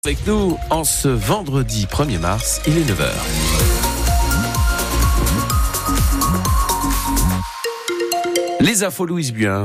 Avec nous en ce vendredi 1er mars, il est 9h. Les infos Louise Buins.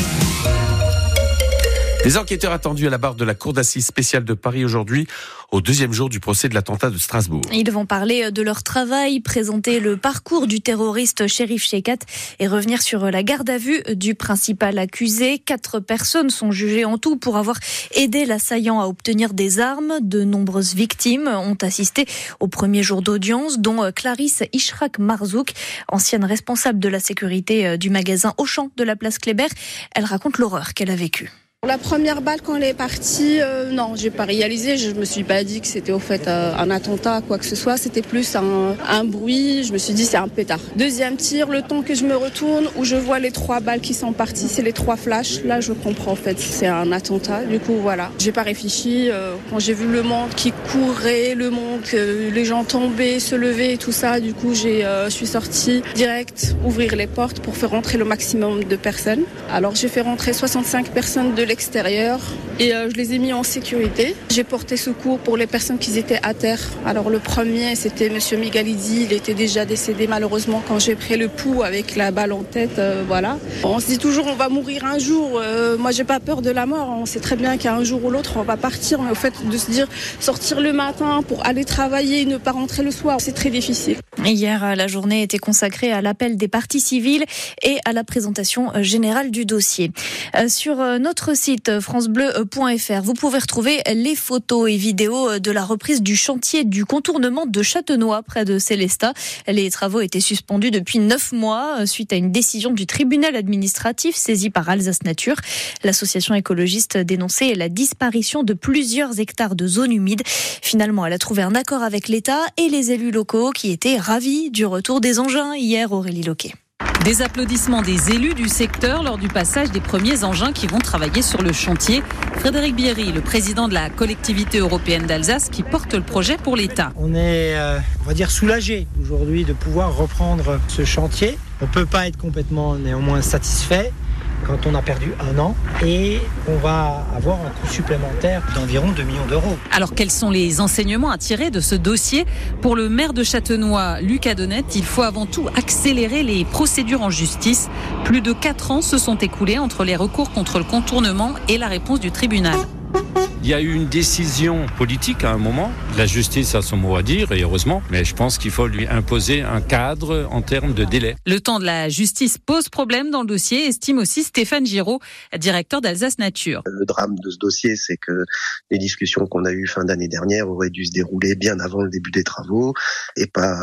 Les enquêteurs attendus à la barre de la cour d'assises spéciale de Paris aujourd'hui, au deuxième jour du procès de l'attentat de Strasbourg. Ils vont parler de leur travail, présenter le parcours du terroriste Cherif Chekhat et revenir sur la garde à vue du principal accusé. 4 personnes sont jugées en tout pour avoir aidé l'assaillant à obtenir des armes. De nombreuses victimes ont assisté au premier jour d'audience, dont Clarisse Ishrak Marzouk, ancienne responsable de la sécurité du magasin Auchan de la place Kléber. Elle raconte l'horreur qu'elle a vécue. La première balle, quand elle est partie, non, j'ai pas réalisé. Je me suis pas dit que c'était au fait un attentat, quoi que ce soit. C'était plus un bruit. Je me suis dit c'est un pétard. Deuxième tir, le temps que je me retourne, où je vois les 3 balles qui sont parties, c'est les 3 flashs. Là, je comprends en fait, c'est un attentat. Du coup, voilà. J'ai pas réfléchi. Quand j'ai vu le monde qui courait, le monde, que les gens tombaient, se levaient, et tout ça. Du coup, je suis sortie direct, ouvrir les portes pour faire rentrer le maximum de personnes. Alors, j'ai fait rentrer 65 personnes de l'extérieur et je les ai mis en sécurité. J'ai porté secours pour les personnes qui étaient à terre. Alors le premier, c'était monsieur Migalidi, il était déjà décédé malheureusement quand j'ai pris le pouls avec la balle en tête, voilà. On se dit toujours on va mourir un jour, moi j'ai pas peur de la mort, on sait très bien qu'un jour ou l'autre on va partir, mais au fait de se dire sortir le matin pour aller travailler, ne pas rentrer le soir, c'est très difficile. Hier, la journée était consacrée à l'appel des parties civiles et à la présentation générale du dossier. Sur notre site francebleu.fr, vous pouvez retrouver les photos et vidéos de la reprise du chantier du contournement de Châtenois près de Célestat. Les travaux étaient suspendus depuis 9 mois suite à une décision du tribunal administratif saisi par Alsace Nature. L'association écologiste dénonçait la disparition de plusieurs hectares de zones humides. Finalement, elle a trouvé un accord avec l'État et les élus locaux qui étaient ravis du retour des engins hier, Aurélie Loquet. Des applaudissements des élus du secteur lors du passage des premiers engins qui vont travailler sur le chantier. Frédéric Bierry, le président de la collectivité européenne d'Alsace, qui porte le projet pour l'État. On est, on va dire, soulagé aujourd'hui de pouvoir reprendre ce chantier. On ne peut pas être complètement néanmoins satisfait quand on a perdu 1 an et on va avoir un coût supplémentaire d'environ 2 millions d'euros. Alors quels sont les enseignements à tirer de ce dossier ? Pour le maire de Châtenois, Luc Adonnette, il faut avant tout accélérer les procédures en justice. Plus de 4 ans se sont écoulés entre les recours contre le contournement et la réponse du tribunal. Il y a eu une décision politique à un moment. La justice a son mot à dire, et heureusement. Mais je pense qu'il faut lui imposer un cadre en termes de délai. Le temps de la justice pose problème dans le dossier, estime aussi Stéphane Giraud, directeur d'Alsace Nature. Le drame de ce dossier, c'est que les discussions qu'on a eues fin d'année dernière auraient dû se dérouler bien avant le début des travaux et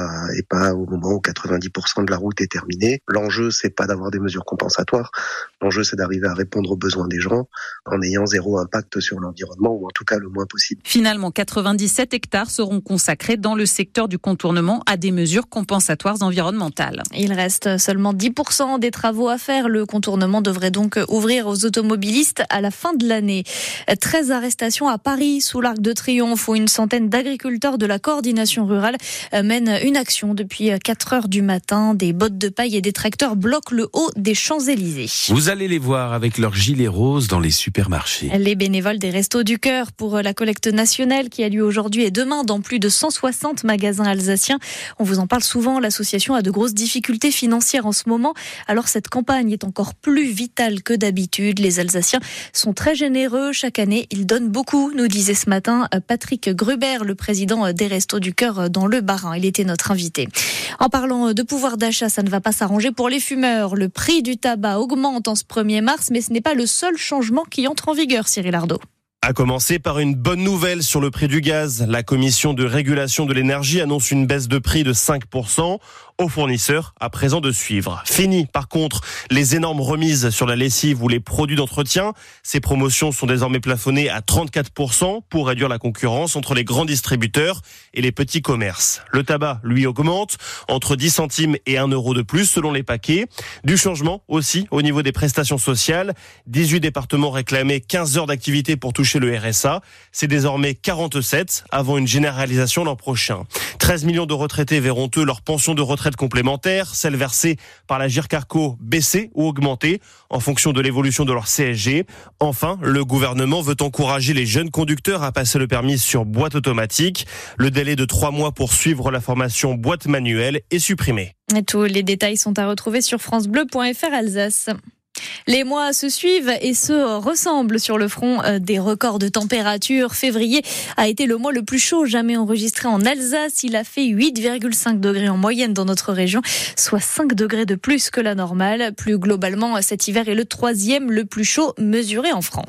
pas au moment où 90% de la route est terminée. L'enjeu, c'est pas d'avoir des mesures compensatoires. L'enjeu, c'est d'arriver à répondre aux besoins des gens en ayant 0 impact sur l'environnement, ou en tout cas le moins possible. Finalement, 97 hectares seront consacrés dans le secteur du contournement à des mesures compensatoires environnementales. Il reste seulement 10% des travaux à faire. Le contournement devrait donc ouvrir aux automobilistes à la fin de l'année. 13 arrestations à Paris sous l'Arc de Triomphe où une centaine d'agriculteurs de la coordination rurale mènent une action depuis 4 heures du matin. Des bottes de paille et des tracteurs bloquent le haut des Champs-Élysées. Vous allez les voir avec leurs gilets roses dans les supermarchés. Les bénévoles des Restos du Cœur pour la collecte nationale qui a lieu aujourd'hui et demain dans plus de 160 magasins alsaciens. On vous en parle souvent, l'association a de grosses difficultés financières en ce moment. Alors cette campagne est encore plus vitale que d'habitude. Les Alsaciens sont très généreux. Chaque année, ils donnent beaucoup, nous disait ce matin Patrick Gruber, le président des Restos du Cœur dans le Bas-Rhin. Il était notre invité. En parlant de pouvoir d'achat, ça ne va pas s'arranger pour les fumeurs. Le prix du tabac augmente en ce 1er mars, mais ce n'est pas le seul changement qui entre en vigueur, Cyril Ardo. À commencer par une bonne nouvelle sur le prix du gaz. La commission de régulation de l'énergie annonce une baisse de prix de 5%. Aux fournisseurs, à présent de suivre. Fini, par contre, les énormes remises sur la lessive ou les produits d'entretien. Ces promotions sont désormais plafonnées à 34% pour réduire la concurrence entre les grands distributeurs et les petits commerces. Le tabac, lui, augmente entre 10 centimes et 1 euro de plus selon les paquets. Du changement aussi au niveau des prestations sociales. 18 départements réclamaient 15 heures d'activité pour toucher le RSA. C'est désormais 47 avant une généralisation l'an prochain. 13 millions de retraités verront eux leur pension de retraite retraite complémentaire, celle versée par la Gircarco baissée ou augmentée en fonction de l'évolution de leur CSG. Enfin, le gouvernement veut encourager les jeunes conducteurs à passer le permis sur boîte automatique. Le délai de 3 mois pour suivre la formation boîte manuelle est supprimé. Et tous les détails sont à retrouver sur francebleu.fr Alsace. Les mois se suivent et se ressemblent sur le front des records de température. Février a été le mois le plus chaud jamais enregistré en Alsace. Il a fait 8,5 degrés en moyenne dans notre région, soit 5 degrés de plus que la normale. Plus globalement, cet hiver est le 3e le plus chaud mesuré en France.